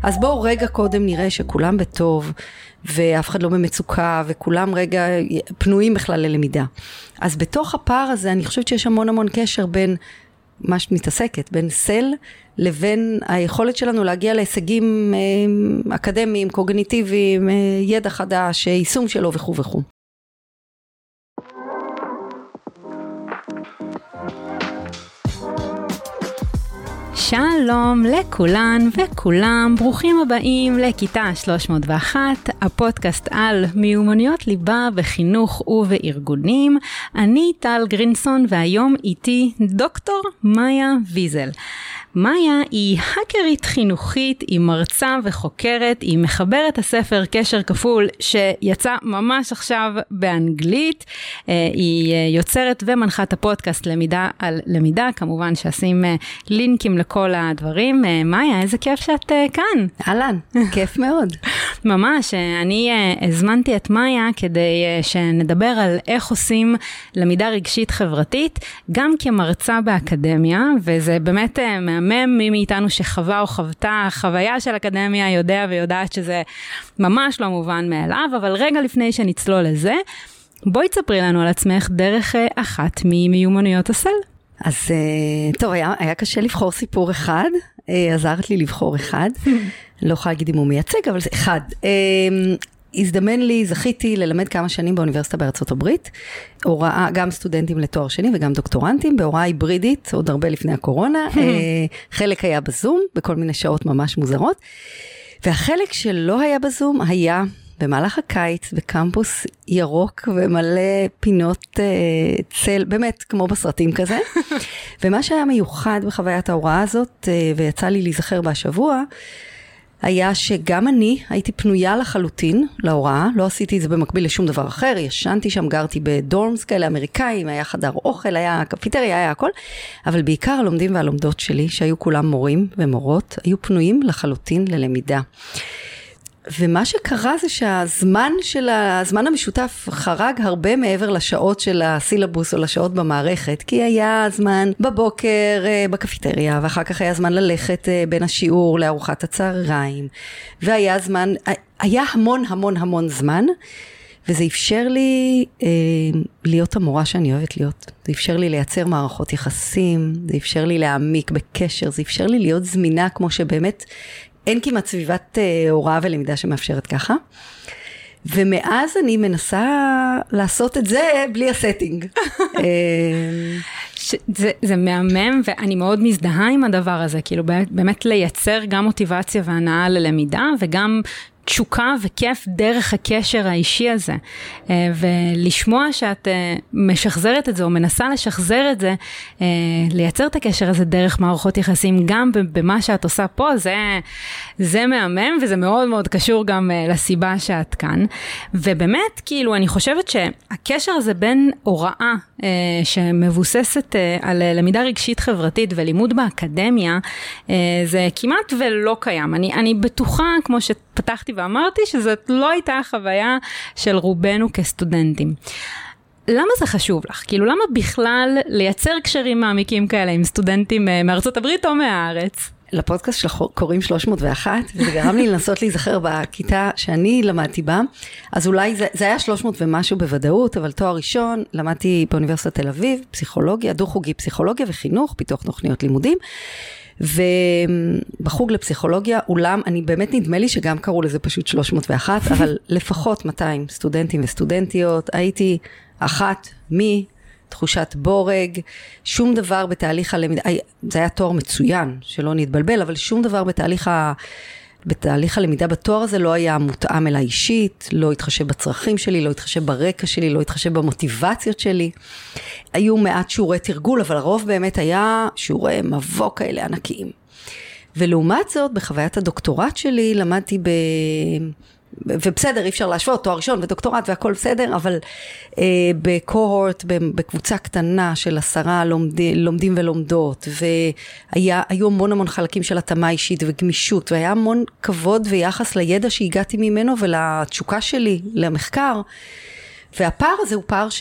אז בואו רגע קודם נראה שכולם בטוב, ואף אחד לא במצוקה, וכולם רגע פנויים בכלל ללמידה. אז בתוך הפער הזה אני חושבת שיש המון קשר בין מה שמתעסקת, בין סל לבין היכולת שלנו להגיע להישגים אקדמיים, קוגניטיביים, ידע חדש, יישום שלו וכו' וכו'. שלום לכולן וכולם, ברוכים הבאים לכיתה 301, הפודקאסט על מיומנויות ליבה בחינוך ובארגונים. אני טל גרינסון והיום איתי דוקטור מאיה ויזל. מאיה היא האקרית חינוכית, היא מרצה וחוקרת, היא מחברת הספר קשר כפול שיצא ממש עכשיו באנגלית, היא יוצרת ומנחת הפודקאסט למידה על למידה, כמובן שעשים לינקים לכל הדברים. מאיה, איזה כיף שאת כאן. אהלן, כיף מאוד. ממש, אני הזמנתי את מאיה כדי שנדבר על איך עושים למידה רגשית חברתית, גם כמרצה באקדמיה, וזה באמת מי מאיתנו שחווה או חוותה חוויה של אקדמיה יודע ויודעת שזה ממש לא מובן מאליו, אבל רגע לפני שנצלול לזה, בואי תספרי לנו על עצמך דרך אחת ממיומנויות הסל. אז טוב, היה קשה לבחור סיפור אחד, עזרת לי לבחור אחד, לא יכולה להגיד אם הוא מייצג, אבל זה אחד. הזדמן לי, זכיתי ללמד כמה שנים באוניברסיטה בארצות הברית, הוראה, גם סטודנטים לתואר שני וגם דוקטורנטים, בהוראה היברידית, עוד הרבה לפני הקורונה, חלק היה בזום, בכל מיני שעות ממש מוזרות, והחלק שלא היה בזום היה במהלך הקיץ, בקמפוס ירוק ומלא פינות צל, באמת כמו בסרטים כזה, ומה שהיה מיוחד בחוויית ההוראה הזאת, ויצא לי להיזכר בשבוע, היה שגם אני הייתי פנויה לחלוטין להוראה, לא עשיתי את זה במקביל לשום דבר אחר, ישנתי שם, גרתי בדורמס כאלה אמריקאים, היה חדר אוכל, היה קפיטריה, היה הכל, אבל בעיקר הלומדים והלומדות שלי, שהיו כולם מורים ומורות, היו פנויים לחלוטין ללמידה. ומה שקרה זה שהזמן המשותף חרג הרבה מעבר לשעות של הסילבוס או לשעות במערכת, כי היה זמן בבוקר בקפיטריה, ואחר כך היה זמן ללכת בין השיעור לארוחת הצהריים, והיה זמן, היה המון זמן, וזה אפשר לי להיות המורה שאני אוהבת להיות. זה אפשר לי לייצר מערכות יחסים, זה אפשר לי להעמיק בקשר, זה אפשר לי להיות זמינה כמו שבאמת אין כמעט סביבת הוראה ולמידה שמאפשרת ככה. ומאז אני מנסה לעשות את זה בלי הסטינג. זה מהמם, ואני מאוד מזדהה עם הדבר הזה, כאילו באמת לייצר גם מוטיבציה והנאה ללמידה, וגם תשוקה וכיף דרך הקשר האישי הזה, ולשמוע שאת משחזרת את זה, או מנסה לשחזר את זה, לייצר את הקשר הזה דרך מערכות יחסים, גם במה שאת עושה פה, זה מהמם, וזה מאוד מאוד קשור גם לסיבה שאת כאן, ובאמת, כאילו, אני חושבת שהקשר הזה בין הוראה, שמבוססת על למידה רגשית חברתית, ולימוד באקדמיה, זה כמעט ולא קיים. אני בטוחה, כמו שפתחתי ואמרתי, שזאת לא הייתה החוויה של רובנו כסטודנטים. למה זה חשוב לך? כאילו, למה בכלל לייצר קשרים מעמיקים כאלה עם סטודנטים מארצות הברית או מהארץ? לפודקאסט שלך קוראים 301, וזה גרם לי לנסות להיזכר בכיתה שאני למדתי בה, אז אולי זה היה 300 ומשהו בוודאות, אבל תואר ראשון למדתי באוניברסיטת תל אביב, פסיכולוגיה, דו-חוגי פסיכולוגיה וחינוך, פיתוח תוכניות לימודים, ובחוג לפסיכולוגיה, אולם, אני באמת נדמה לי שגם קראו לזה פשוט 301, אבל לפחות 200 סטודנטים וסטודנטיות, הייתי אחת תחושת בורג, שום דבר בתהליך הלמידה, זה היה תואר מצוין, שלא נתבלבל, אבל שום דבר בתהליך הלמידה בתואר הזה לא היה מותאם אליי אישית, לא התחשב בצרכים שלי, לא התחשב ברקע שלי, לא התחשב במוטיבציות שלי. היו מעט שיעורי תרגול, אבל הרוב באמת היה שיעורי מבוא כאלה ענקיים. ולעומת זאת, בחוויית הדוקטורט שלי, למדתי ובסדר, אי אפשר להשוות, תואר ראשון ודוקטורט והכל בסדר, אבל בקוהורט, בקבוצה קטנה של 10 לומדים ולומדות, והיו המון חלקים של התאמה אישית וגמישות, והיה המון כבוד ויחס לידע שהגעתי ממנו ולתשוקה שלי, למחקר, והפער הזה הוא פער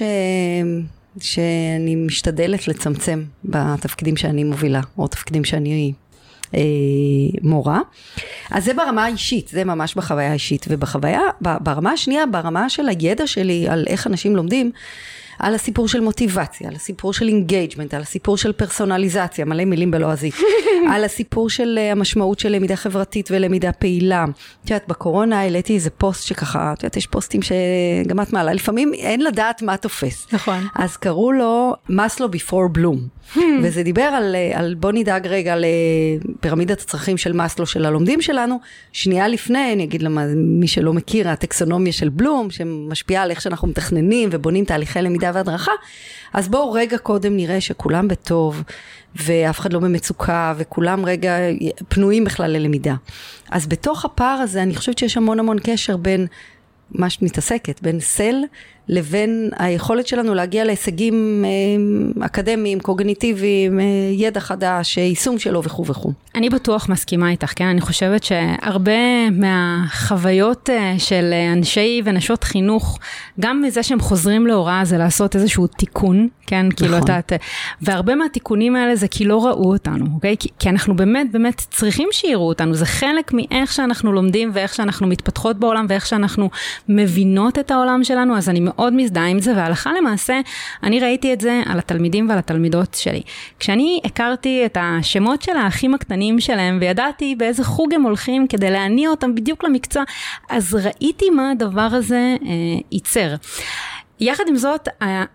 שאני משתדלת לצמצם בתפקידים שאני מובילה, או תפקידים שאני מורה. אז זה ברמה האישית, זה ממש בחוויה האישית, ובחוויה, ברמה השנייה, ברמה של הידע שלי על איך אנשים לומדים, על הסיפור של מוטיבציה, על הסיפור של אינגייג'מנט, על הסיפור של פרסונליזציה, מלא מילים בלועזית, על הסיפור של המשמעות של למידה חברתית ולמידה פעילה. את יודעת, בקורונה העליתי איזה פוסט שככה, את יודעת, יש פוסטים שגם את מעלה, לפעמים אין לדעת מה תופס. נכון. אז קראו לו מסלו before bloom, וזה דיבר על בוא נדאג רגע לפירמידת הצרכים של מסלו של הלומדים שלנו, שנייה לפני, אני אגיד למה, מי שלא מכיר, הטקסונומיה של בלום, שמשפיעה על איך שאנחנו מתכננים ובונים תהליכי למידה והדרכה, אז בואו רגע קודם נראה שכולם בטוב, ואף אחד לא במצוקה, וכולם רגע פנויים בכלל ללמידה. אז בתוך הפער הזה, אני חושבת שיש המון קשר בין מה שמתעסקת, בין סל לבין היכולת שלנו להגיע להישגים אקדמיים, קוגניטיביים, ידע חדש, יישום שלו וכו' וכו'. אני בטוח מסכימה איתך, כן? אני חושבת שהרבה מהחוויות של אנשי ונשות חינוך, גם מזה שהם חוזרים להוראה, זה לעשות איזשהו תיקון, כן? נכון. כאילו והרבה מהתיקונים האלה זה כי לא ראו אותנו, אוקיי? כי אנחנו באמת צריכים שיראו אותנו, זה חלק מאיך שאנחנו לומדים ואיך שאנחנו מתפתחות בעולם ואיך שאנחנו מבינות את העולם שלנו, אז אני מאוד מזדהה עם זה, והלכה למעשה, אני ראיתי את זה על התלמידים ועל התלמידות שלי. כשאני הכרתי את השמות של האחים הקטנים שלהם, וידעתי באיזה חוג הם הולכים כדי להניע אותם בדיוק למקצוע, אז ראיתי מה הדבר הזה ייצר. יחד עם זאת,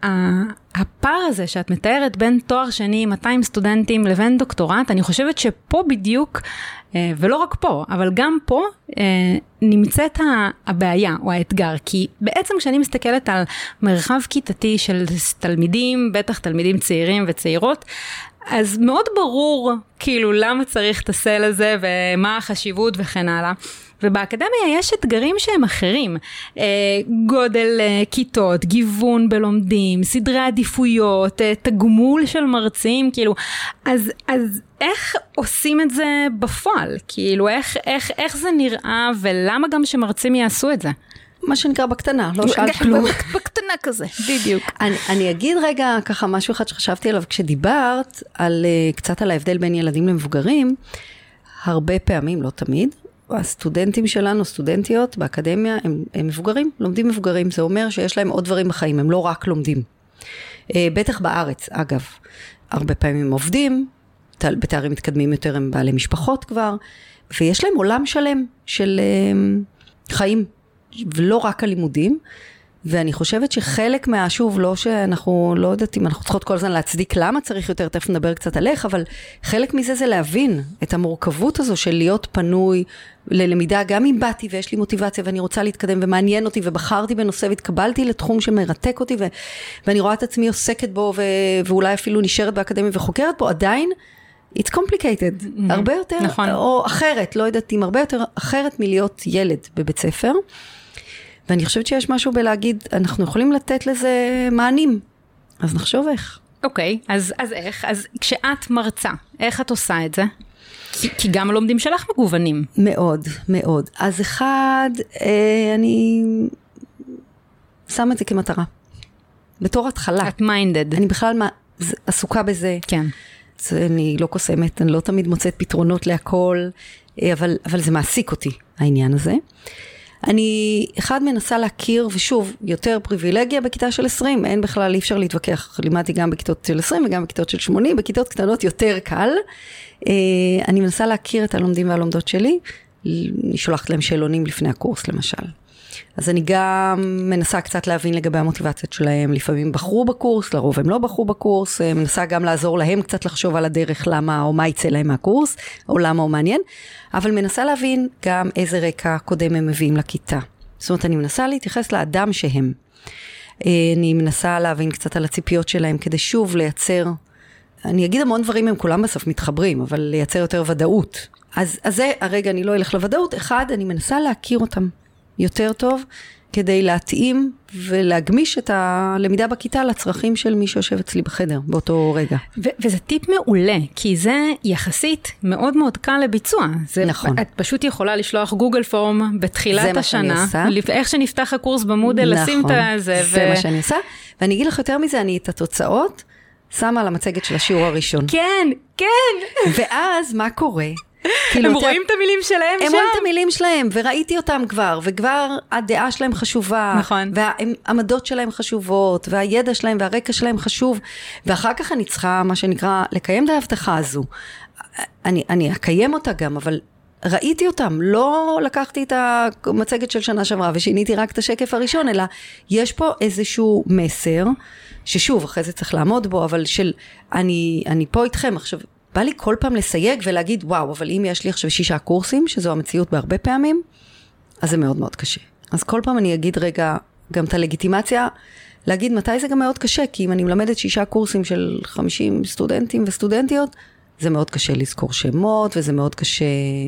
הפער הזה שאת מתארת בין תואר שני, 200 סטודנטים לבין דוקטורט, אני חושבת שפה בדיוק, ולא רק פה, אבל גם פה נמצאת הבעיה או האתגר, כי בעצם כשאני מסתכלת על מרחב כיתתי של תלמידים, בטח תלמידים צעירים וצעירות, אז מאוד ברור כאילו למה צריך את הסל הזה ומה החשיבות וכן הלאה. ובאקדמיה יש אתגרים שהם אחרים, גודל כיתות, גיוון בלומדים, סדרי עדיפויות, תגמול של מרצים, כאילו, אז איך עושים את זה בפועל? כאילו, איך זה נראה ולמה גם שמרצים יעשו את זה? מה שנקרא בקטנה, לא שאלת כלום. בקטנה כזה, בדיוק. אני אגיד רגע ככה משהו אחד שחשבתי עליו, כשדיברת קצת על ההבדל בין ילדים למבוגרים, הרבה פעמים, לא תמיד, הסטודנטים שלנו, סטודנטיות באקדמיה, הם מבוגרים, לומדים מבוגרים, זה אומר שיש להם עוד דברים בחיים, הם לא רק לומדים. בטח בארץ, אגב, הרבה פעמים הם עובדים, בתארים מתקדמים יותר הם בעלי משפחות כבר, ויש להם עולם שלם של חיים, ולא רק הלימודים, ואני חושבת שחלק שוב, לא שאנחנו, לא יודעת אם אנחנו צריכות כל הזמן להצדיק למה צריך יותר, תכף נדבר קצת עליך, אבל חלק מזה זה להבין את המורכבות הזו של להיות פנוי ללמידה, גם אם באתי ויש לי מוטיבציה ואני רוצה להתקדם ומעניין אותי ובחרתי בנושא והתקבלתי לתחום שמרתק אותי ואני רואה את עצמי עוסקת בו ואולי אפילו נשארת באקדמיה וחוקרת בו, עדיין it's complicated, הרבה יותר, נכון. או אחרת, לא יודעת אם הרבה יותר אחרת מלהיות ילד בבית ספר, ואני חושבת שיש משהו בלהגיד, אנחנו יכולים לתת לזה מענים, אז נחשוב איך. אוקיי, אז איך? אז כשאת מרצה, איך את עושה את זה? כי גם הלומדים שלך מגוונים. מאוד, מאוד. אז אחד, אני שם את זה כמטרה. בתור התחלה. את מיינדד. אני בכלל עסוקה בזה. כן. אני לא קוסמת, אני לא תמיד מוצאת פתרונות להכל, אבל זה מעסיק אותי, העניין הזה. אני אחד מנסה להכיר, ושוב, יותר פריבילגיה בכיתה של 20, אין בכלל, אי אפשר להתווכח, לימדתי גם בכיתות של 20 וגם בכיתות של 80, בכיתות קטנות יותר קל. אני מנסה להכיר את הלומדים והלומדות שלי, אני שולחת להם שאלונים לפני הקורס למשל. אז אני גם מנסה קצת להבין לגבי המוטיבציות שלהם, לפעמים בחרו בקורס, לרוב הם לא בחרו בקורס, מנסה גם לעזור להם קצת לחשוב על הדרך למה או מה יצא להם מהקורס, או למה הוא מעניין, אבל מנסה להבין גם איזה רקע קודם הם מביאים לכיתה. זאת אומרת, אני מנסה להתייחס לאדם שהם. אני מנסה להבין קצת על הציפיות שלהם, כדי שוב לייצר, אני אגיד המון דברים, הם כולם בסוף מתחברים, אבל לייצר יותר ודאות. אז זה, הרגע אני לא אלך לוודאות, אחד, אני מנסה להכיר אותם יותר טוב, כדי להתאים ולהגמיש את הלמידה בכיתה לצרכים של מי שיושב אצלי בחדר, באותו רגע. וזה טיפ מעולה, כי זה יחסית מאוד מאוד קל לביצוע. נכון. את פשוט יכולה לשלוח גוגל פורם בתחילת השנה, איך שנפתח הקורס במודל, לשים את זה. זה מה שאני עושה, ואני אגיד לך יותר מזה, אני את התוצאות שמה על המצגת של השיעור הראשון. כן, כן. ואז מה קורה? הם רואים את המילים שלהם שם. הם רואים את המילים שלהם, וראיתי אותם כבר, וכבר הדעה שלהם חשובה. נכון. והעמדות שלהם חשובות, והידע שלהם והרקע שלהם חשוב, ואחר כך אני צריכה, מה שנקרא, לקיים את ההבטחה הזו. אני אקיים אותה גם, אבל ראיתי אותם, לא לקחתי את המצגת של שנה שעברה, ושיניתי רק את השקף הראשון, אלא יש פה איזשהו מסר, ששוב, אחרי זה צריך לעמוד בו, אבל אני פה איתכם, עכשיו, בא לי כל פעם לסייג ולהגיד, וואו, אבל אם יש לי עכשיו 6 קורסים, שזו המציאות בהרבה פעמים, אז זה מאוד מאוד קשה. אז כל פעם אני אגיד רגע, גם את הלגיטימציה, להגיד מתי זה גם מאוד קשה, כי אם אני מלמדת 6 קורסים של 50 סטודנטים וסטודנטיות, זה מאוד קשה לזכור שמות, וזה מאוד קשה,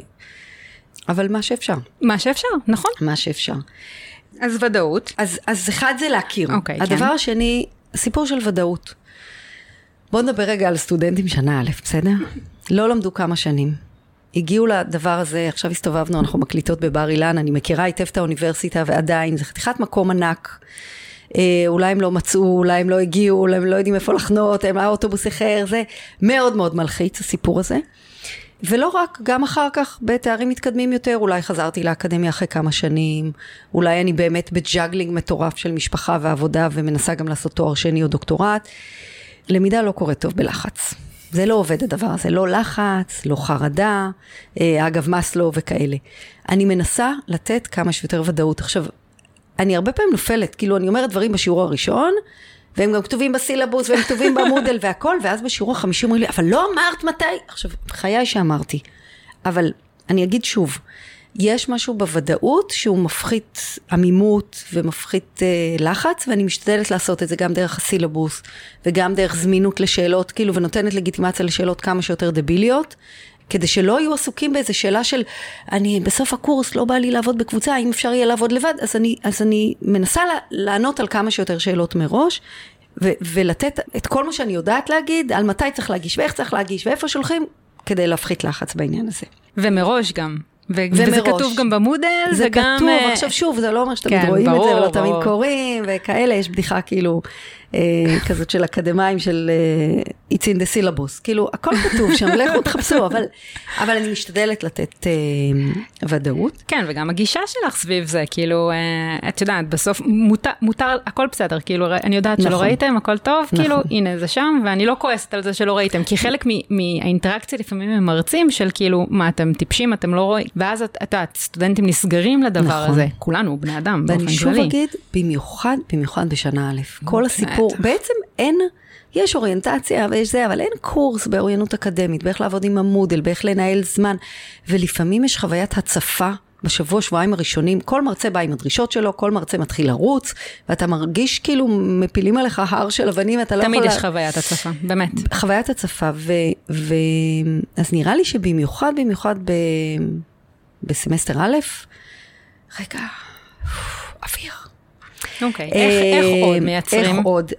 אבל מה שאפשר. מה שאפשר, נכון. מה שאפשר. אז ודאות. אז אחד זה להכיר. אוקיי, הדבר כן. השני, סיפור של ודאות. בואו נדבר רגע על סטודנטים שנה א', בסדר? לא למדו כמה שנים. הגיעו לדבר הזה, עכשיו הסתובבנו, אנחנו מקליטות בבר אילן, אני מכירה היטב את האוניברסיטה, ועדיין, זה חתיכת מקום ענק. אולי הם לא מצאו, אולי הם לא הגיעו, אולי הם לא יודעים איפה לחנות, הם האוטובוס אחר, זה מאוד מאוד מלחיץ, הסיפור הזה. ולא רק, גם אחר כך, בתארים מתקדמים יותר, אולי חזרתי לאקדמיה אחרי כמה שנים, אולי אני באמת בג'אגלינג מטורף של משפחה ועבודה, ומנסה גם לעשות תואר שני או דוקטורט. למידה לא קורה טוב בלחץ. זה לא עובד הדבר הזה, לא לחץ, לא חרדה, אגב מסלו וכאלה. אני מנסה לתת כמה שיותר ודאות. עכשיו, אני הרבה פעמים נופלת, כאילו אני אומרת דברים בשיעור הראשון, והם גם כתובים בסילבוס, והם כתובים במודל והכל, ואז בשיעור ה-50 אומרים לי, אבל לא אמרת מתי? עכשיו, חיי שאמרתי. אבל אני אגיד שוב, יש משהו בוודאות שהוא מפחית עמימות ומפחית לחץ, ואני משתדלת לעשות את זה גם דרך הסילבוס, וגם דרך זמינות לשאלות, כאילו, ונותנת לגיטימציה לשאלות כמה שיותר דביליות, כדי שלא יהיו עסוקים באיזו שאלה של, אני בסוף הקורס לא בא לי לעבוד בקבוצה, אם אפשר יהיה לעבוד לבד, אז אני מנסה לענות על כמה שיותר שאלות מראש, ולתת את כל מה שאני יודעת להגיד, על מתי צריך להגיש, ואיך צריך להגיש, ואיפה שולחים, כדי להפחית לחץ בעניין הזה. ומראש גם. וזה כתוב גם במודל, זה כתוב, עכשיו שוב, זה לא אומר שתמיד רואים את זה, ולא תמיד קוראים, וכאלה, יש בדיחה כאילו, כזאת של אקדמיים, של it's in the syllabus, כאילו, הכל כתוב שם, לכו תחפשו, אבל אני משתדלת לתת ודאות. כן, וגם הגישה שלך סביב זה, כאילו, את יודעת, בסוף מותר, הכל בסדר, כאילו, אני יודעת שלא ראיתם, הכל טוב, כאילו, הנה, זה שם, ואני לא כועסת על זה שלא ראיתם, כי חלק מהאינטראקציה לפעמים הם מרצים של כאילו, מה, אתם טיפשים, אתם לא רואים, ואז סטודנטים נסגרים לדבר הזה, כולנו, בני אדם, באופן כללי. ואני שוב אגיד, במיוחד בשנה א', כל הסיפור, בעצם אין, יש אוריינטציה ויש זה, אבל אין קורס באוריינות אקדמית, באיך לעבוד עם המודל, באיך לנהל זמן, ולפעמים יש חוויית הצפה, בשבוע, שבועיים הראשונים, כל מרצה בא עם הדרישות שלו, כל מרצה מתחיל לרוץ, ואתה מרגיש כאילו מפילים עליך הר של אבנים, אתה לא יכול... תמיד יש חוויית הצפה, באמת. חוויית הצפה, אז נראה לי שבמיוחד בסמסטר א', רגע, אוויר. אוקיי, איך עוד מייצרים? איך עוד?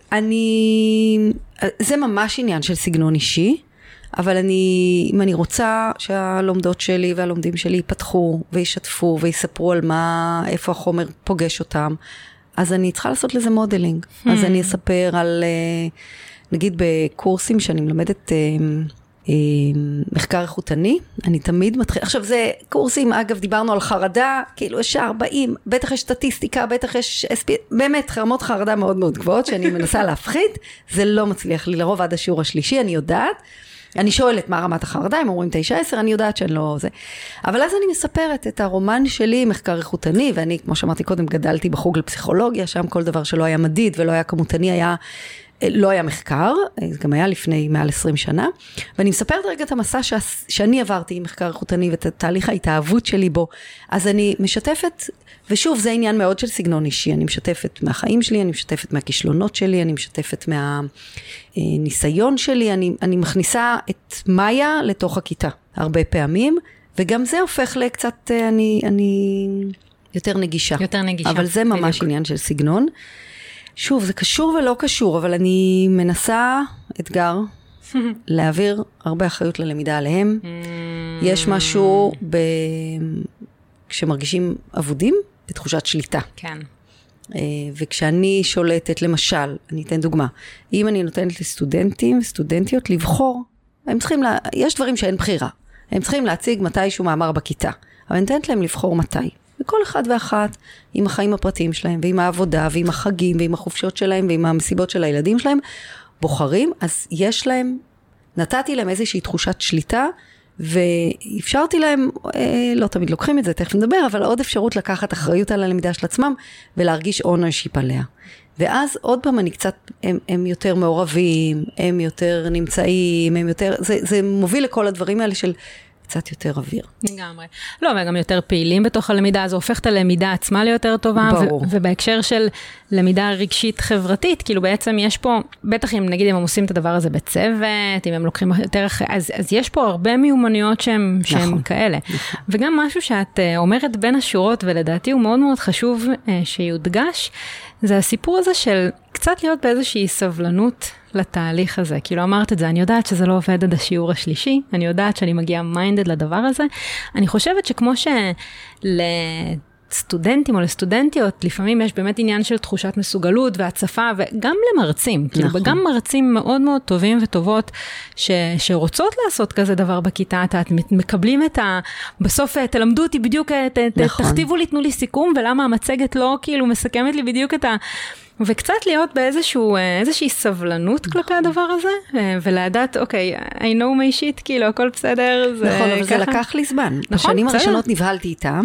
זה ממש עניין של סגנון אישי, אבל אם אני רוצה שהלומדות שלי והלומדים שלי ייפתחו וישתפו ויספרו על איפה החומר פוגש אותם, אז אני צריכה לעשות לזה מודלינג. אז אני אספר על, נגיד בקורסים שאני מלמדת מחקר איכותני, אני תמיד מתחיל, עכשיו זה קורסים, אגב דיברנו על חרדה, כאילו יש 40, בטח יש סטטיסטיקה, בטח יש באמת חרמות חרדה מאוד מאוד גבוהות, שאני מנסה להפחית, זה לא מצליח לי לרוב עד השיעור השלישי, אני יודעת, אני שואלת מה רמת החרדה, הם אומרים 9-10, אני יודעת שאני לא זה. אבל אז אני מספרת את הרומן שלי, מחקר איכותני, ואני, כמו שאמרתי קודם, גדלתי בחוג לפסיכולוגיה, שם כל דבר שלא היה מדיד ולא היה כמותני, לא היה מחקר, זה גם היה לפני מעל 20 שנה, ואני מספרת רגע את המסע שאני עברתי עם מחקר איכותני, ואת תהליך ההתאהבות שלי בו, אז אני משתפת, ושוב, זה עניין מאוד של סגנון אישי, אני משתפת מהחיים שלי, אני משתפת מהכישלונות שלי, אני משתפת מהניסיון שלי, אני מכניסה את מאיה לתוך הכיתה, הרבה פעמים, וגם זה הופך לקצת, אני יותר נגישה. יותר נגישה. אבל זה ממש בדיוק. עניין של סגנון. שוב, זה קשור ולא קשור, אבל אני מנסה, אתגר, להעביר הרבה אחריות ללמידה עליהם. יש משהו כשמרגישים עבודים, בתחושת שליטה. כן. וכשאני שולטת, למשל, אני אתן דוגמה, אם אני נותנת לסטודנטים וסטודנטיות לבחור, הם צריכים יש דברים שאין בחירה. הם צריכים להציג מתישהו מאמר בכיתה, אבל אני נתנת להם לבחור מתי. וכל אחד ואחת, עם החיים הפרטיים שלהם, ועם העבודה, ועם החגים, ועם החופשות שלהם, ועם המסיבות של הילדים שלהם, בוחרים, אז יש להם, נתתי להם איזושהי תחושת שליטה, ואפשרתי להם, לא תמיד לוקחים את זה, תכף נדבר, אבל עוד אפשרות לקחת אחריות על הלמידה של עצמם, ולהרגיש ownership עליה. ואז עוד פעם אני קצת, הם יותר מעורבים, הם יותר נמצאים, הם יותר, זה מוביל לכל הדברים האלה של קצת יותר אוויר. לגמרי. לא, וגם יותר פעילים בתוך הלמידה, אז הופך את הלמידה עצמה ליותר טובה, ובהקשר של למידה רגשית חברתית, כאילו בעצם יש פה, בטח אם נגיד אם הם עושים את הדבר הזה בצוות, אם הם לוקחים יותר אחרי, אז יש פה הרבה מיומנויות שהן כאלה. וגם משהו שאת אומרת בין השורות, ולדעתי הוא מאוד מאוד חשוב שיודגש, זה הסיפור הזה של קצת להיות באיזושהי סבלנות לתהליך הזה. כאילו אמרת את זה, אני יודעת שזה לא עובד עד השיעור השלישי, אני יודעת שאני מגיעה מיינדד לדבר הזה. אני חושבת שכמו לסטודנטים או לסטודנטיות, לפעמים יש באמת עניין של תחושת מסוגלות והצפה, וגם למרצים, כאילו, וגם מרצים מאוד מאוד טובים וטובות, שרוצות לעשות כזה דבר בכיתה, מקבלים את בסוף תלמדו אותי בדיוק, תכתיבו לי, תנו לי סיכום, ולמה המצגת לא כאילו מסכמת לי בדיוק את וקצת להיות באיזושהי סבלנות כלפי הדבר הזה, ולדעת, אוקיי, I know my shit, כאילו, הכל בסדר, זה נכון, אבל זה לקח לי זמן. בשנים הראשונות נבהלתי איתם,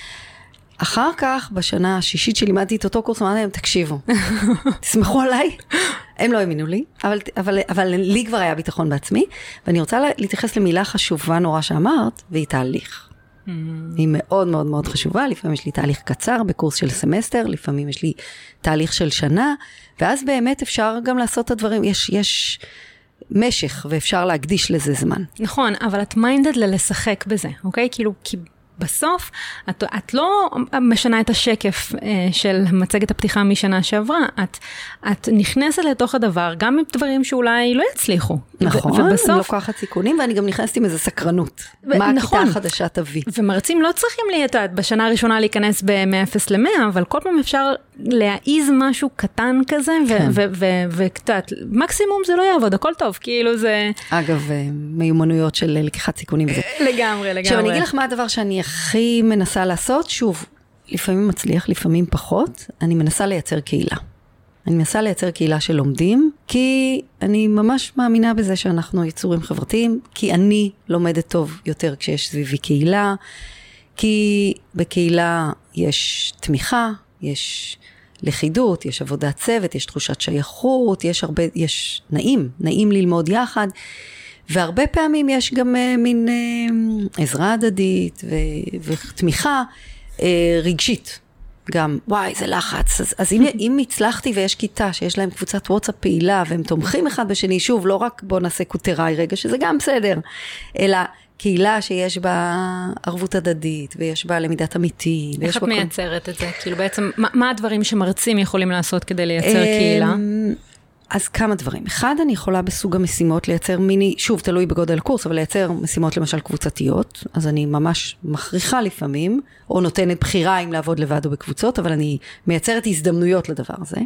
אחר כך, בשנה השישית שלימדתי את אותו קורס, אמרתי להם, תקשיבו, תסמכו עליי. הם לא האמינו לי, אבל לי כבר היה ביטחון בעצמי, ואני רוצה להתייחס למילה חשובה נורא שאמרת, והיא תהליך. היא מאוד מאוד מאוד חשובה, לפעמים יש לי תהליך קצר בקורס של סמסטר, לפעמים יש לי תהליך של שנה, ואז באמת אפשר גם לעשות את הדברים, יש משך, ואפשר להקדיש לזה זמן. נכון, אבל את מיינדד ללשחק בזה, אוקיי? כאילו, כי בסוף, את לא משנה את השקף של מצגת הפתיחה משנה שעברה, את נכנסת לתוך הדבר, גם עם דברים שאולי לא יצליחו. נכון, ובסוף, אני לוקחת סיכונים, ואני גם נכנסת עם איזה סקרנות. מה הכיתה החדשה תביא. ומרצים לא צריכים בשנה הראשונה להיכנס ב-0 ל-100, אבל כל פעם אפשר להעיז משהו קטן כזה, וקצת, מקסימום זה לא יעבוד, הכל טוב, כאילו זה... אגב, מיומנויות של לקיחת סיכונים. לגמרי. עכשיו, אני אגיד לך מה הדבר שאני הכי מנסה לעשות, שוב, לפעמים מצליח, לפעמים פחות, אני מנסה לייצר קהילה. אני מנסה לייצר קהילה של לומדים, כי אני ממש מאמינה בזה שאנחנו יצורים חברתיים, כי אני לומדת טוב יותר כשיש סביבי קהילה, כי בקהילה יש תמיכה, יש לכידות, יש עבודת צוות, יש תחושת שייכות, יש נעים ללמוד יחד, והרבה פעמים יש גם מין עזרה הדדית ותמיכה רגשית. גם, וואי, זה לחץ. אז אם הצלחתי ויש כיתה שיש להם קבוצת וואטסאפ פעילה, והם תומכים אחד בשני, שוב, לא רק בוא נעשה כותריי רגע, שזה גם בסדר, אלא קהילה שיש בה ערבות הדדית, ויש בה למידת אמיתי. איך את מייצרת את זה? כאילו בעצם, מה הדברים שמרצים יכולים לעשות כדי לייצר קהילה? אז כמה דברים. אחד, אני יכולה בסוג המשימות לייצר מיני, שוב, תלוי בגודל הקורס, אבל לייצר משימות למשל קבוצתיות, אז אני ממש מכריחה לפעמים, או נותנת בחירה אם לעבוד לבד או בקבוצות, אבל אני מייצרת הזדמנויות לדבר הזה.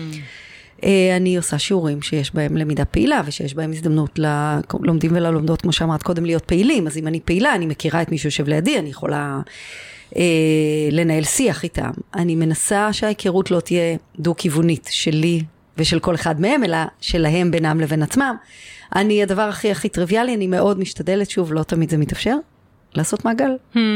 אני עושה שיעורים שיש בהם למידה פעילה, ושיש בהם הזדמנות ללומדים וללומדות, כמו שאמרת קודם, להיות פעילים, אז אם אני פעילה, אני מכירה את מישהו יושב לידי, אני יכולה לנהל שיח איתם. אני מנסה שההיכרות לא תהיה דו-כיוונית שלי, ושל כל אחד מהם, אלא שלהם בינם לבין עצמם. הדבר הכי טריוויאלי, אני מאוד משתדלת, שוב, לא תמיד זה מתאפשר, לעשות מעגל.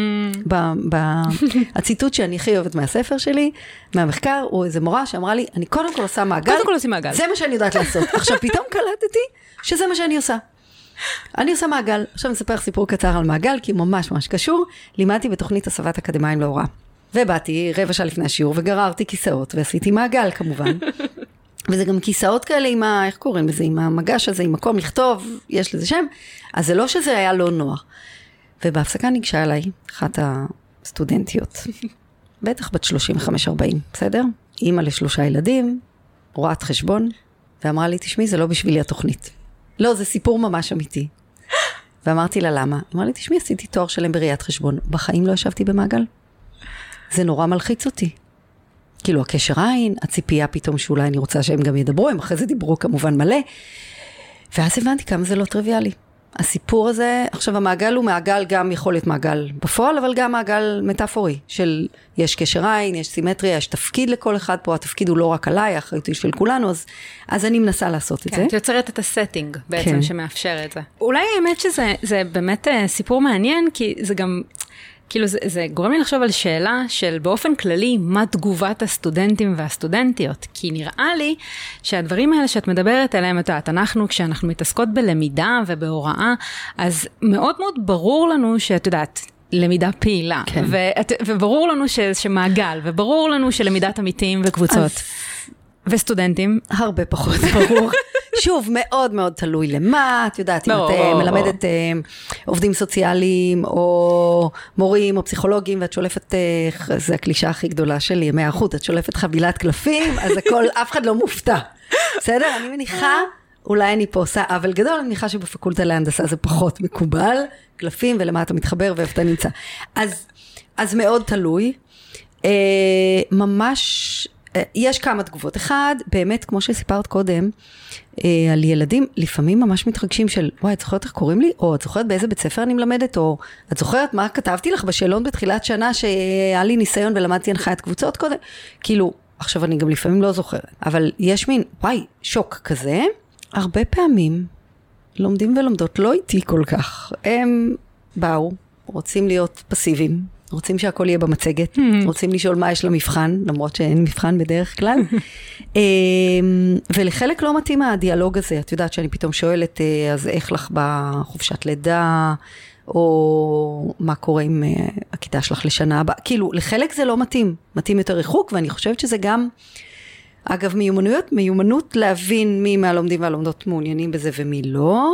הציטוט שאני הכי אוהבת מהספר שלי, מהמחקר, הוא איזה מורה שאמרה לי, אני קודם כל עושה מעגל, זה מה שאני יודעת לעשות. עכשיו פתאום קלטתי שזה מה שאני עושה. אני עושה מעגל. עכשיו נספר סיפור קצר על מעגל, כי הוא ממש ממש קשור. לימדתי בתוכנית הסבת אקדמיים להוראה. ובאתי רבע שעה לפני השיעור, וגררתי כיסאות, ועשיתי מעגל כמובן. וזה גם כיסאות כאלה עם איך קוראים לזה, עם המגש הזה, עם מקום לכתוב, יש לזה שם. אז זה לא שזה היה לא נוח. ובהפסקה ניגשה אליי אחת הסטודנטיות, בטח בת 35-40, בסדר? אימא ל3 ילדים, רואת חשבון, ואמרה לי, תשמעי, זה לא בשבילי התוכנית. לא, זה סיפור ממש אמיתי. ואמרתי לה, למה? אמרה לי, תשמעי, עשיתי תואר שלם בראיית חשבון, בחיים לא ישבתי במעגל. זה נורא מלחיץ אותי. כאילו, הקשר עין, הציפייה פתאום שאולי אני רוצה שהם גם ידברו, הם אחרי זה דיברו כמובן מלא. ואז הבנתי כמה זה לא טריוויאלי. הסיפור הזה, עכשיו המעגל הוא מעגל, גם יכול להיות מעגל בפועל, אבל גם מעגל מטאפורי, של יש קשר עין, יש סימטריה, יש תפקיד לכל אחד פה, התפקיד הוא לא רק עליי, האחריות היא של כולנו, אז אני מנסה לעשות את זה. את יוצרת את הסטינג בעצם שמאפשר את זה. אולי האמת שזה באמת סיפור מעניין, כי זה גם, כאילו זה גורם לי לחשוב על שאלה של באופן כללי, מה תגובת הסטודנטים והסטודנטיות? כי נראה לי שהדברים האלה שאת מדברת עליהם, כשאנחנו מתעסקות בלמידה ובהוראה, אז מאוד מאוד ברור לנו שאת יודעת, למידה פעילה, כן. וברור לנו שמעגל, וברור לנו שלמידת עמיתים וקבוצות. וסטודנטים? הרבה פחות ברור. שוב, מאוד מאוד תלוי למה, את יודעת, אם את מלמדת עובדים סוציאליים, או מורים, או פסיכולוגים, ואת שולפת, זה הקלישה הכי גדולה שלי, ימי האחות, את שולפת חבילת קלפים, אז הכל, אף אחד לא מופתע. בסדר? אני מניחה, אולי אני פה עושה עוול גדול, אני מניחה שבפקולטה להנדסה זה פחות מקובל, קלפים, ולמה אתה מתחבר ואיפה אתה נמצא. אז מאוד תלוי. ממש, יש כמה תגובות. אחד, באמת, כמו שסיפרת קודם, על ילדים, לפעמים ממש מתרגשים של, וואי, את זוכרת איך קוראים לי? או את זוכרת באיזה בית ספר אני מלמדת? או את זוכרת מה כתבתי לך בשאלון בתחילת שנה, שהיה לי ניסיון ולמדתי הנחיית קבוצות קודם? כאילו, עכשיו אני גם לפעמים לא זוכרת. אבל יש מין, וואי, שוק כזה. הרבה פעמים, לומדים ולומדות לא איתי כל כך. הם באו, רוצים להיות פסיביים, רוצים שהכל יהיה במצגת, רוצים לשאול מה יש למבחן, למרות שאין מבחן בדרך כלל. ולחלק לא מתאים הדיאלוג הזה, את יודעת שאני פתאום שואלת, אז איך לך בחופשת לידה, או מה קורה עם הכיתה שלך לשנה הבאה, כאילו לחלק זה לא מתאים, מתאים יותר ריחוק, ואני חושבת שזה גם, אגב מיומנות להבין מי מהלומדים והלומדות מעוניינים בזה ומי לא,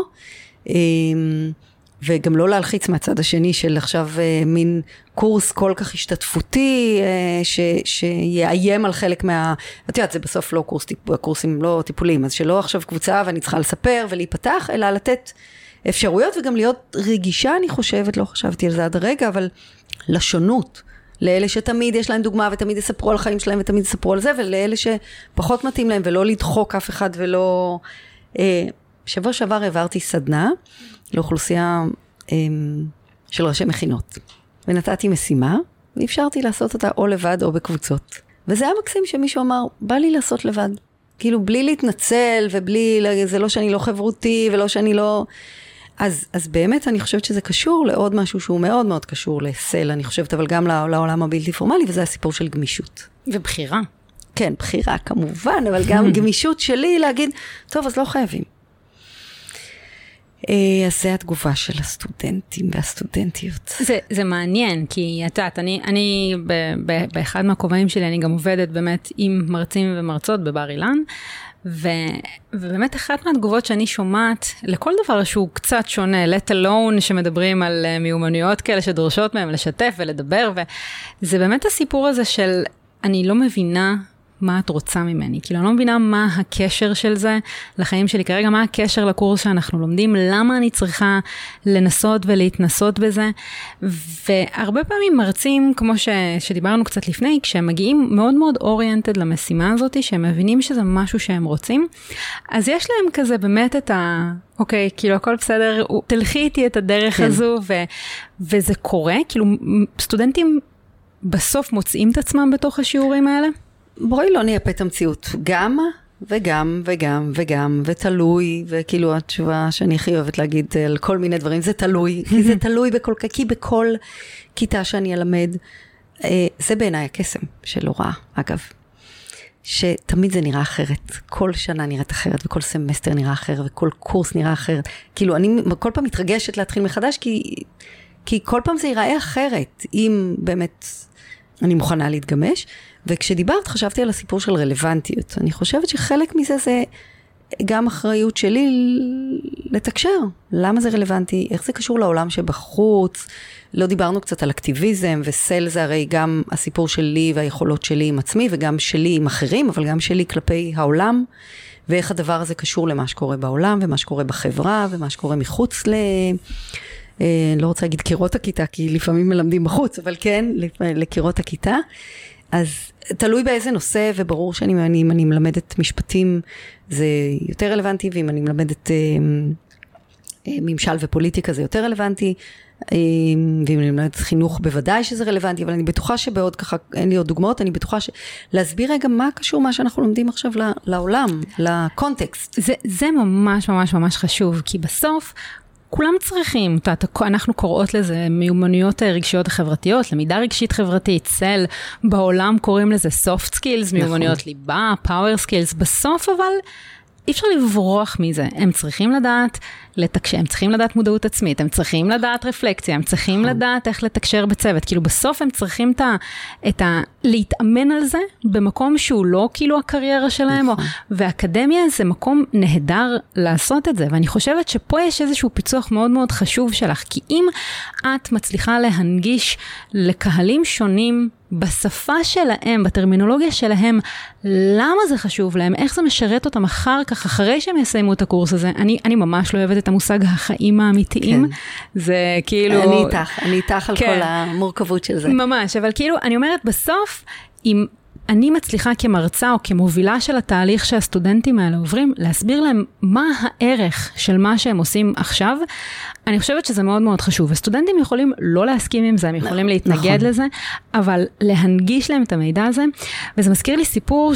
וגם לא להלחיץ מהצד השני של עכשיו מין קורס כל כך השתתפותי, שיאיים על חלק את יודעת, זה בסוף לא קורסים לא טיפולים, אז שלא עכשיו קבוצה ואני צריכה לספר ולהיפתח, אלא לתת אפשרויות וגם להיות רגישה, אני חושבת, לא חשבתי על זה עד הרגע, אבל לשונות, לאלה שתמיד יש להם דוגמה ותמיד יספרו על חיים שלהם ותמיד יספרו על זה, ולאלה שפחות מתאים להם ולא לדחוק אף אחד ולא... שבוע שעבר העברתי סדנה לאוכלוסייה של ראשי מכינות. ונתתי משימה, ואפשרתי לעשות אותה או לבד או בקבוצות. וזה היה מקסים שמישהו אמר, בא לי לעשות לבד. כאילו בלי להתנצל, ובלי, זה לא שאני לא חברותי, ולא שאני לא... אז באמת אני חושבת שזה קשור לעוד משהו שהוא מאוד מאוד קשור לסל, אני חושבת, אבל גם לעולם הבלתי פורמלי, וזה הסיפור של גמישות. ובחירה. כן, בחירה כמובן, אבל גם גמישות שלי להגיד, טוב, אז לא חייבים. אז זה התגובה של הסטודנטים והסטודנטיות. זה מעניין, כי את יודעת, אני באחד מהכובעים שלי, אני גם עובדת באמת עם מרצים ומרצות בבר אילן, ובאמת אחת מהתגובות שאני שומעת, לכל דבר שהוא קצת שונה, let alone שמדברים על מיומנויות כאלה שדורשות מהם לשתף ולדבר, וזה באמת הסיפור הזה של, אני לא מבינה מה את רוצה ממני, כאילו אני לא מבינה מה הקשר של זה לחיים שלי כרגע, מה הקשר לקורס שאנחנו לומדים, למה אני צריכה לנסות ולהתנסות בזה, והרבה פעמים מרצים, כמו שדיברנו קצת לפני, כשהם מגיעים מאוד מאוד אוריינטד למשימה הזאת, שהם מבינים שזה משהו שהם רוצים, אז יש להם כזה באמת את אוקיי, כאילו הכל בסדר, תלכי איתי את הדרך הזו, וזה קורה, כאילו סטודנטים בסוף מוצאים את עצמם בתוך השיעורים האלה? בואי לא נייפה את המציאות, גם וגם וגם וגם, ותלוי, וכאילו התשובה שאני הכי אוהבת להגיד על כל מיני דברים, זה תלוי, כי זה תלוי כי בכל כיתה שאני אלמד, זה בעיניי הקסם של הוראה, אגב, שתמיד זה נראה אחרת, כל שנה נראית אחרת, וכל סמסטר נראה אחרת, וכל קורס נראה אחרת, כאילו אני כל פעם מתרגשת להתחיל מחדש, כי כל פעם זה ייראה אחרת, אם באמת אני מוכנה להתגמש, וכשדיברת חשבתי על הסיפור של רלוונטיות. אני חושבת שחלק מזה זה גם אחריות שלי לתקשר. למה זה רלוונטי? איך זה קשור לעולם שבחוץ? לא דיברנו קצת על אקטיביזם, וסל זה הרי גם הסיפור שלי והיכולות שלי עם עצמי, וגם שלי עם אחרים, אבל גם שלי כלפי העולם, ואיך הדבר הזה קשור למה שקורה בעולם, ומה שקורה בחברה, ומה שקורה מחוץ לא רוצה להגיד קירות הכיתה, כי לפעמים מלמדים בחוץ, אבל כן, לקירות הכיתה. אז תלוי באיזה נושא, וברור שאני מלמדת משפטים, זה יותר רלוונטי, ואם אני מלמדת ממשל ופוליטיקה זה יותר רלוונטי, ואם אני מלמדת חינוך בוודאי שזה רלוונטי, אבל אני בטוחה שבעוד ככה, אין לי עוד דוגמאות, אני בטוחה להסביר רגע מה קשור מה שאנחנו לומדים עכשיו לעולם, לקונטקסט. זה ממש ממש ממש חשוב, כי בסוף כולם צריכים, אנחנו קוראות לזה מיומנויות רגשיות חברתיות, למידה רגשית חברתית, בעולם קוראים לזה soft skills, מיומנויות ליבה, power skills, בסוף אבל אי אפשר לברוח מזה, הם צריכים לדעת לתקשר, הם צריכים לדעת מודעות עצמית, הם צריכים לדעת רפלקציה, הם צריכים לדעת איך לתקשר בצוות, כאילו בסוף הם צריכים להתאמן על זה, במקום שהוא לא כאילו הקריירה שלהם, והאקדמיה זה מקום נהדר לעשות את זה, ואני חושבת שפה יש איזשהו פיצוח מאוד מאוד חשוב שלך, כי אם את מצליחה להנגיש לקהלים שונים, בשפה שלהם, בטרמינולוגיה שלהם, למה זה חשוב להם, איך זה משרת אותם אחר כך, אחרי שהם יסיימו את הקורס הזה, אני ממש לא אוהבת את המושג החיים האמיתיים, זה כאילו... אני איתך על כל המורכבות של זה. ממש, אבל כאילו, אני אומרת, בסוף, אם אני מצליחה כמרצה או כמובילה של התהליך שהסטודנטים האלה עוברים, להסביר להם מה הערך של מה שהם עושים עכשיו, אני חושבת שזה מאוד מאוד חשוב. הסטודנטים יכולים לא להסכים עם זה, הם יכולים להתנגד לזה, אבל להנגיש להם את המידע הזה, וזה מזכיר לי סיפור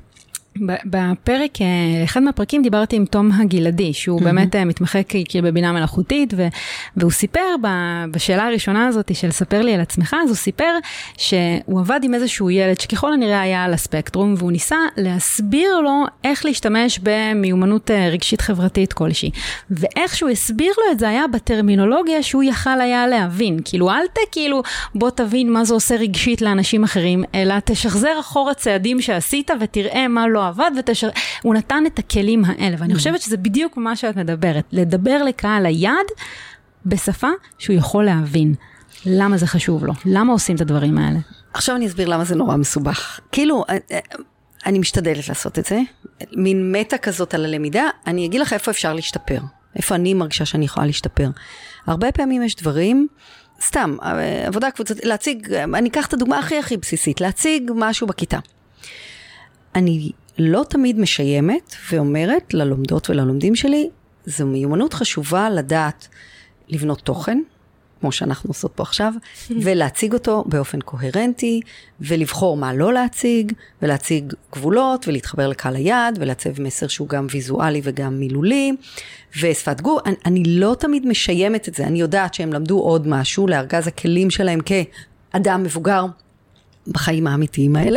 בפרק, אחד מהפרקים דיברתי עם תום הגלעדי, שהוא באמת מתמחה כאילו בבינה מלאכותית, והוא סיפר בשאלה הראשונה הזאת של ספר לי על עצמך, אז הוא סיפר שהוא עבד עם איזשהו ילד שככל הנראה היה על הספקטרום, והוא ניסה להסביר לו איך להשתמש במיומנות רגשית חברתית כלשהי. ואיך שהוא הסביר לו את זה היה בטרמינולוגיה שהוא יכל היה להבין. כאילו אל כאילו בוא תבין מה זה עושה רגשית לאנשים אחרים, אלא תשחזר אחורה צעדים שעשית ותראה מה לא עבד, הוא נתן את הכלים האלה, ואני חושבת שזה בדיוק מה שאת מדברת, לדבר לקהל היד בשפה שהוא יכול להבין למה זה חשוב לו, למה עושים את הדברים האלה. עכשיו אני אסביר למה זה נורא מסובך. כאילו, אני משתדלת לעשות את זה, מין מטה כזאת על הלמידה, אני אגיד לך איפה אפשר להשתפר, איפה אני מרגישה שאני יכולה להשתפר. הרבה פעמים יש דברים, סתם, עבודה קבוצתית, להציג, אני אקח את הדוגמה הכי בסיסית, להציג משהו בכיתה. אני לא תמיד משיימת ואומרת ללומדות וללומדים שלי, זו מיומנות חשובה לדעת לבנות תוכן, כמו שאנחנו עושות פה עכשיו, ולהציג אותו באופן קוהרנטי, ולבחור מה לא להציג, ולהציג גבולות, ולהתחבר לקהל היד, ולעצב מסר שהוא גם ויזואלי וגם מילולי, ושפת גוף. אני לא תמיד משיימת את זה, אני יודעת שהם למדו עוד משהו, לארגז הכלים שלהם כאדם מבוגר, בחיים האמיתיים האלה.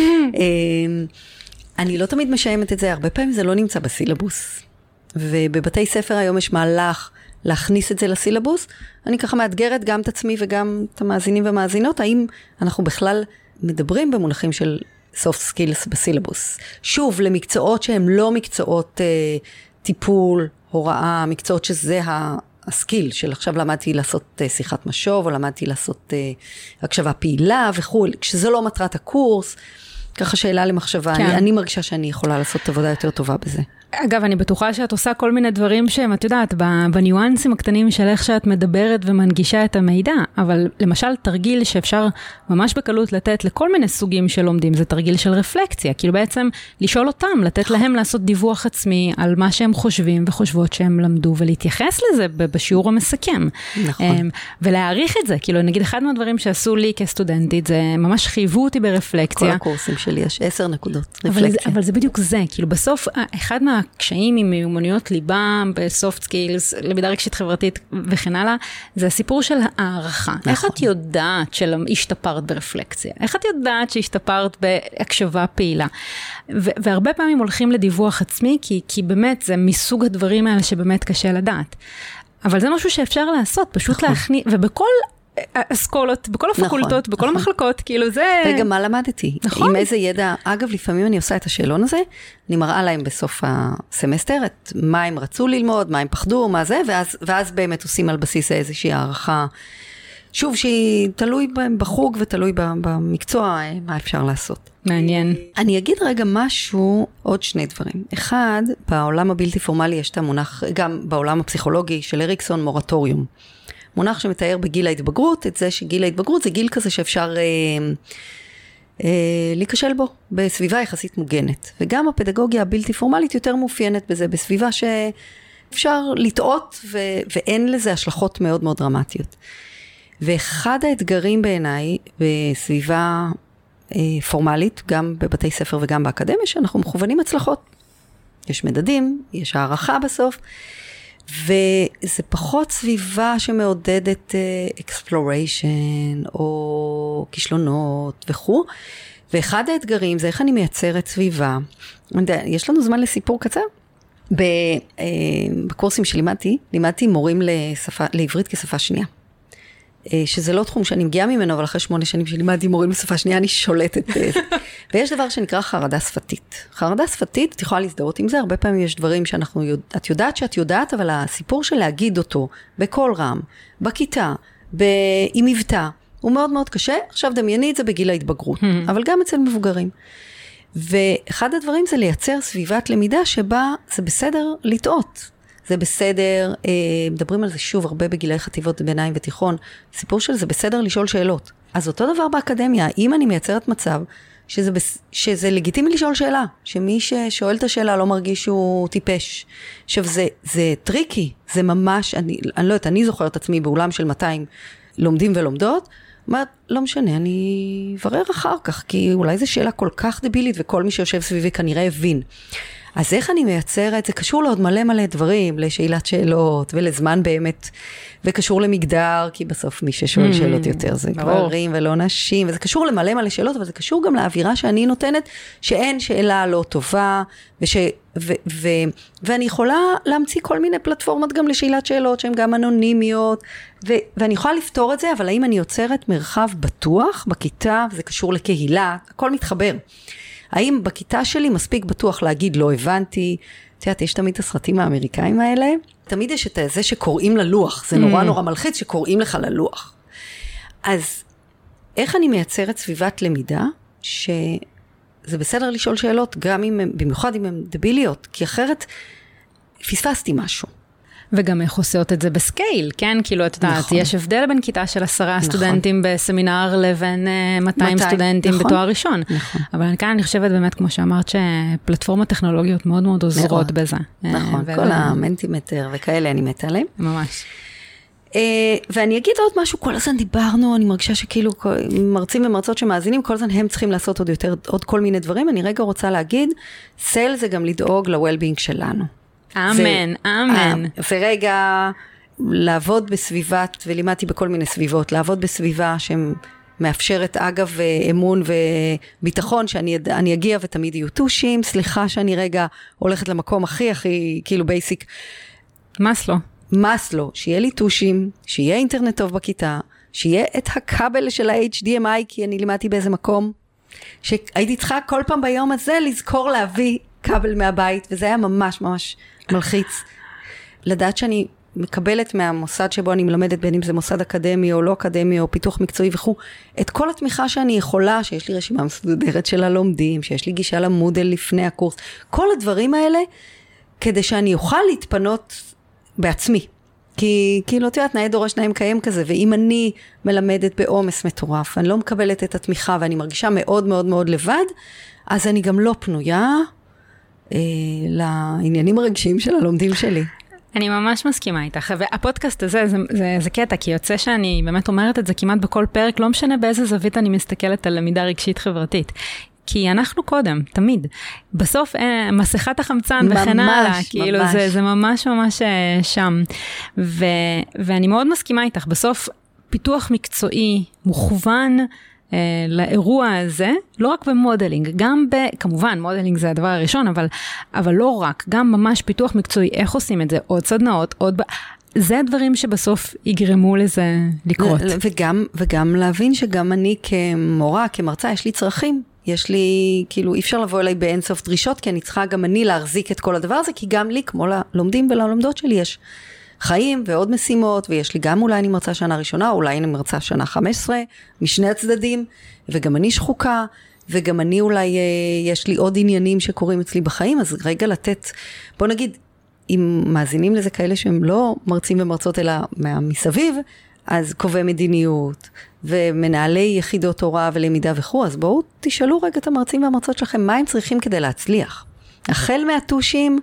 אני לא תמיד משיימת את זה, הרבה פעמים זה לא נמצא בסילבוס. ובבתי ספר היום יש מהלך להכניס את זה לסילבוס. אני ככה מאתגרת גם את עצמי וגם את המאזינים והמאזינות, האם אנחנו בכלל מדברים במונחים של soft skills בסילבוס. שוב, למקצועות שהם לא מקצועות טיפול, הוראה, מקצועות שזה הסקיל של עכשיו למדתי לעשות שיחת משוב, או למדתי לעשות הקשבה פעילה וכו', כשזו לא מטרת הקורס, ככה שאלה למחשבה, כן. אני מרגישה שאני יכולה לעשות עבודה יותר טובה בזה. אגב, אני בטוחה שאת עושה כל מיני דברים שהם, את יודעת, בניואנסים הקטנים של איך שאת מדברת ומנגישה את המידע, אבל למשל תרגיל שאפשר ממש בקלות לתת לכל מיני סוגים של לומדים, זה תרגיל של רפלקציה, כאילו בעצם לשאול אותם, לתת להם לעשות דיווח עצמי על מה שהם חושבים וחושבות שהם למדו, ולהתייחס לזה בשיעור המסכם. נכון. ולהעריך את זה, כאילו נגיד אחד מהדברים שעשו לי כסטודנטית, זה ממש חייבו אותי ברפלקציה. כל הקורסים שלי יש 10 נקודות רפלקציה. אבל זה בדיוק זה, כאילו בסוף אחד הקשיים עם מיומנויות ליבה, בסופט סקילס, למידה רגשית חברתית וכן הלאה, זה הסיפור של הערכה. נכון. איך את יודעת שהשתפרת ברפלקציה? איך את יודעת שהשתפרת בהקשבה פעילה? והרבה פעמים הולכים לדיווח עצמי, כי באמת זה מסוג הדברים האלה שבאמת קשה לדעת. אבל זה משהו שאפשר לעשות, פשוט נכון. להכניס, ובכל אסכולות, בכל הפקולטות, בכל המחלקות, כאילו זה... רגע, מה למדתי? נכון. עם איזה ידע, אגב, לפעמים אני עושה את השאלון הזה, אני מראה להם בסוף הסמסטר, את מה הם רצו ללמוד, מה הם פחדו, מה זה, ואז באמת עושים על בסיס איזושהי הערכה, שוב, שהיא תלוי בחוג ותלוי במקצוע, מה אפשר לעשות. מעניין. אני אגיד רגע משהו, עוד שני דברים. אחד, בעולם הבלתי פורמלי יש את המונח, גם בעולם הפסיכולוגי של אריקסון, מורטוריום. מונח שמתאר בגיל ההתבגרות, את זה שגיל ההתבגרות זה גיל כזה שאפשר להיכשל בו, בסביבה יחסית מוגנת. וגם הפדגוגיה הבלתי פורמלית יותר מאופיינת בזה, בסביבה אפשר לטעות ואין לזה השלכות מאוד מאוד דרמטיות. ואחד האתגרים בעיניי בסביבה פורמלית, גם בבתי ספר וגם באקדמיה, שאנחנו מכוונים הצלחות. יש מדדים, יש הערכה בסוף, וזה פחות סביבה שמעודדת exploration או כישלונות וכו'. ואחד האתגרים זה איך אני מייצרת סביבה. יש לנו זמן לסיפור קצר? בקורסים לימדתי מורים לעברית כשפה שנייה. שזה לא תחום שאני מגיעה ממנו, אבל אחרי 8 שנים שלימדתי מורים לשפה שנייה, אני שולטת. ויש דבר שנקרא חרדה שפתית. חרדה שפתית, את יכולה להזדהות עם זה, הרבה פעמים יש דברים את יודעת שאת יודעת, אבל הסיפור של להגיד אותו בקול רם, בכיתה, עם מבטא, הוא מאוד מאוד קשה. עכשיו דמייני את זה בגיל ההתבגרות, אבל גם אצל מבוגרים. ואחד הדברים זה לייצר סביבת למידה שבה זה בסדר לטעות. זה בסדר, מדברים על זה שוב הרבה בגילי חטיבות ביניים ותיכון, סיפור של זה בסדר לשאול שאלות. אז אותו דבר באקדמיה, אם אני מייצרת מצב שזה לגיטימי לשאול שאלה, שמי ששואל את השאלה לא מרגיש שהוא טיפש. עכשיו זה טריקי, זה ממש, אני לא יודעת, אני זוכרת עצמי באולם של 200 לומדים ולומדות, אומרת, לא משנה, אני אברר אחר כך, כי אולי זו שאלה כל כך דבילית, וכל מי שיושב סביבי כנראה הבין. אז איך אני מייצרת? זה קשור לעוד מלא דברים, לשאלת שאלות ולזמן באמת, וקשור למגדר, כי בסוף מי ששואל שאלות יותר זה גברים ולא נשים, וזה קשור למלא שאלות, אבל זה קשור גם לאווירה שאני נותנת, שאין שאלה לא טובה, ואני יכולה להמציא כל מיני פלטפורמות גם לשאלת שאלות, שהן גם אנונימיות, ואני יכולה לפתור את זה, אבל האם אני יוצרת מרחב בטוח בכיתה, וזה קשור לקהילה, הכל מתחבר. האם בכיתה שלי מספיק בטוח להגיד לא הבנתי, את יודעת, יש תמיד את הסרטים האמריקאים האלה, תמיד יש את זה שקוראים ללוח, זה נורא מלחיץ שקוראים לך ללוח. אז איך אני מייצרת סביבת למידה, שזה בסדר לשאול שאלות, גם אם, במיוחד אם הן דביליות, כי אחרת פספסתי משהו. וגם איך עושות את זה בסקייל, כן? כאילו, את יודעת, יש הבדל בין כיתה של 10 סטודנטים בסמינר לבין 200 סטודנטים בתואר ראשון. אבל כאן אני חושבת באמת, כמו שאמרת, שפלטפורמות טכנולוגיות מאוד מאוד עוזרות בזה. נכון, כל המנטימטר וכאלה אני מתה עליהם. ממש. ואני אגיד עוד משהו, כל הזמן דיברנו, אני מרגישה שכאילו מרצים ומרצות שמאזינים, כל הזמן הם צריכים לעשות עוד כל מיני דברים. אני רגע רוצה להגיד, סל זה גם לדאוג ל-well-being שלנו. אמן, אמן. ורגע לעבוד בסביבת, ולימדתי בכל מיני סביבות, לעבוד בסביבה שמאפשרת אגב אמון וביטחון, שאני אגיע ותמיד יהיו טושים, סליחה שאני רגע הולכת למקום הכי כאילו בייסיק. מסלו, שיהיה לי טושים, שיהיה אינטרנט טוב בכיתה, שיהיה את הכבל של ה-HDMI, כי אני לימדתי באיזה מקום, שהייתי צריכה כל פעם ביום הזה לזכור להביא כבל מהבית, וזה היה ממש ממש מלחיץ. לדעת שאני מקבלת מהמוסד שבו אני מלמדת, בין אם זה מוסד אקדמי או לא אקדמי, או פיתוח מקצועי וכו', את כל התמיכה שאני יכולה, שיש לי רשימה מסודרת של הלומדים, שיש לי גישה למודל לפני הקורס, כל הדברים האלה, כדי שאני אוכל להתפנות בעצמי. כי לא תיודעת, נאה דורש נאה מקיים כזה, ואם אני מלמדת בעומס מטורף, אני לא מקבלת את התמיכה, ואני מרגישה מאוד מאוד מאוד לבד, אז אני גם לא פנויה לעניינים הרגשיים של הלומדים שלי. אני ממש מסכימה איתך, והפודקאסט הזה זה קטע, כי יוצא שאני באמת אומרת את זה כמעט בכל פרק, לא משנה באיזה זווית אני מסתכלת על למידה רגשית חברתית. כי אנחנו קודם, תמיד. בסוף מסכת החמצן וכן הלאה, כאילו זה ממש ממש שם. ואני מאוד מסכימה איתך, בסוף פיתוח מקצועי מוכוון לאירוע הזה, לא רק במודלינג, גם כמובן מודלינג זה הדבר הראשון, אבל לא רק, גם ממש פיתוח מקצועי, איך עושים את זה, עוד סדנאות, זה הדברים שבסוף יגרמו לזה לקרות. וגם להבין שגם אני כמורה, כמרצה, יש לי צרכים. יש לי, כאילו, אי אפשר לבוא אליי באינסוף דרישות, כי אני צריכה גם אני להחזיק את כל הדבר הזה, כי גם לי, כמו ללומדים וללומדות שלי, יש חיים ועוד משימות, ויש לי גם אולי אני מרצה שנה ראשונה, אולי אני מרצה שנה 15, משני הצדדים, וגם אני שחוקה, וגם אני אולי, יש לי עוד עניינים שקורים אצלי בחיים, אז רגע לתת, בוא נגיד, אם מאזינים לזה כאלה שהם לא מרצים ומרצות, אלא מסביב, אז קובעי מדיניות, ומנהלי יחידות הוראה ולמידה וכו', אז בואו תשאלו רגע את המרצים והמרצות שלכם, מה הם צריכים כדי להצליח? החל מהטושים,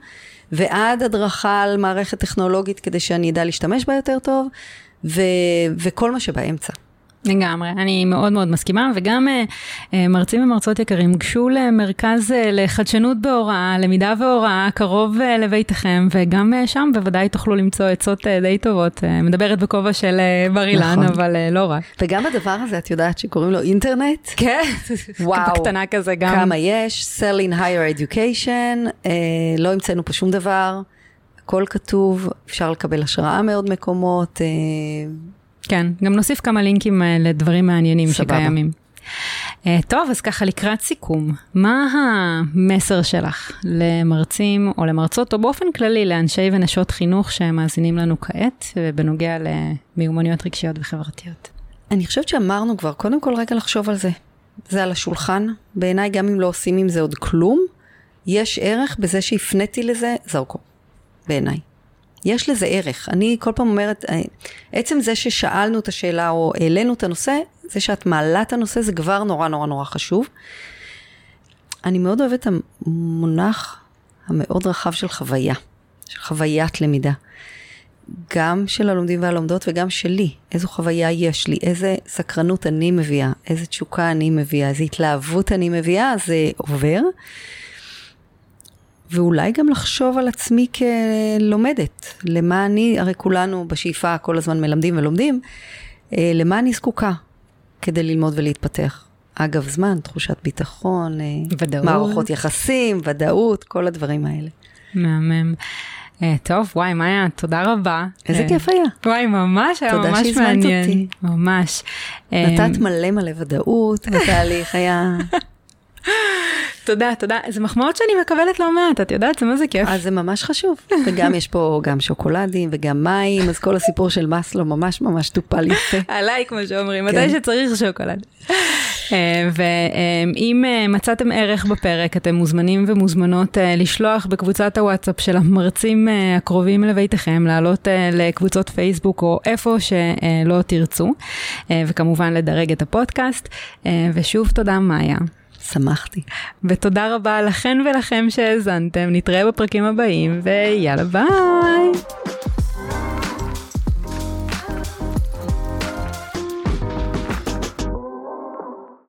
ועד הדרכה על מערכת טכנולוגית כדי שאני אדע להשתמש בה יותר טוב, וכל מה שבאמצע. לגמרי, אני מאוד מאוד מסכימה, וגם מרצים ומרצות יקרים, גשו למרכז לחדשנות בהוראה, למידה והוראה, קרוב לביתכם, וגם שם בוודאי תוכלו למצוא עצות די טובות. מדברת בכובע של בר אילן, אבל לא רק. וגם הדבר הזה, את יודעת שקוראים לו אינטרנט? כן, וואו, קטנה כזה גם. כמה יש, Sell in Higher Education, לא המצאנו פה שום דבר, הכל כתוב, אפשר לקבל השראה מאוד מקומות, כן, גם נוסיף כמה לינקים לדברים מעניינים סבבה. שקיימים. טוב, אז ככה לקראת סיכום, מה המסר שלך למרצים או למרצות, או באופן כללי לאנשי ונשות חינוך שמאזינים לנו כעת, ובנוגע למיומנויות רגשיות וחברתיות? אני חושבת שאמרנו כבר, קודם כל רגע לחשוב על זה. זה על השולחן, בעיניי גם אם לא עושים עם זה עוד כלום, יש ערך בזה שהפניתי לזה זרקו, בעיניי. יש לזה ערך. אני כל פעם אומרת, עצם זה ששאלנו את השאלה או העלינו את הנושא, זה שאת מעלה את הנושא, זה כבר נורא נורא נורא חשוב. אני מאוד אוהבת את המונח המאוד רחב של חוויה, של חוויית למידה. גם של הלומדים והלומדות וגם שלי. איזו חוויה יש לי, איזה סקרנות אני מביאה, איזה תשוקה אני מביאה, איזה התלהבות אני מביאה, זה עובר. ואולי גם לחשוב על עצמי כלומדת, למה אני, הרי כולנו בשאיפה כל הזמן מלמדים ולומדים, למה אני זקוקה כדי ללמוד ולהתפתח. אגב זמן, תחושת ביטחון, ודאות. מערכות יחסים, ודאות, כל הדברים האלה. מהמם. טוב, וואי, מאיה, תודה רבה. איזה כיף היה. וואי, ממש, היה ממש מעניין. תודה שהזמנת אותי. ממש. נתת מלא מלא ודאות בתהליך, היה... תודה, תודה. זה מחמאות שאני מקבלת לא מעט, את יודעת, זה מה זה כיף. אז זה ממש חשוב. וגם יש פה גם שוקולדים וגם מים, אז כל הסיפור של מסלו ממש ממש טופל יפה. עליי, כמו שאומרים, מתי שצריך שוקולד. ואם מצאתם ערך בפרק, אתם מוזמנים ומוזמנות לשלוח בקבוצת הוואטסאפ של המרצים הקרובים לביתכם, לעלות לקבוצות פייסבוק או איפה שלא תרצו, וכמובן לדרג את הפודקאסט. ושוב תודה מאיה. שמחתי. ותודה רבה לכן ולכם שהאזנתם, נתראה בפרקים הבאים, ויאללה ביי!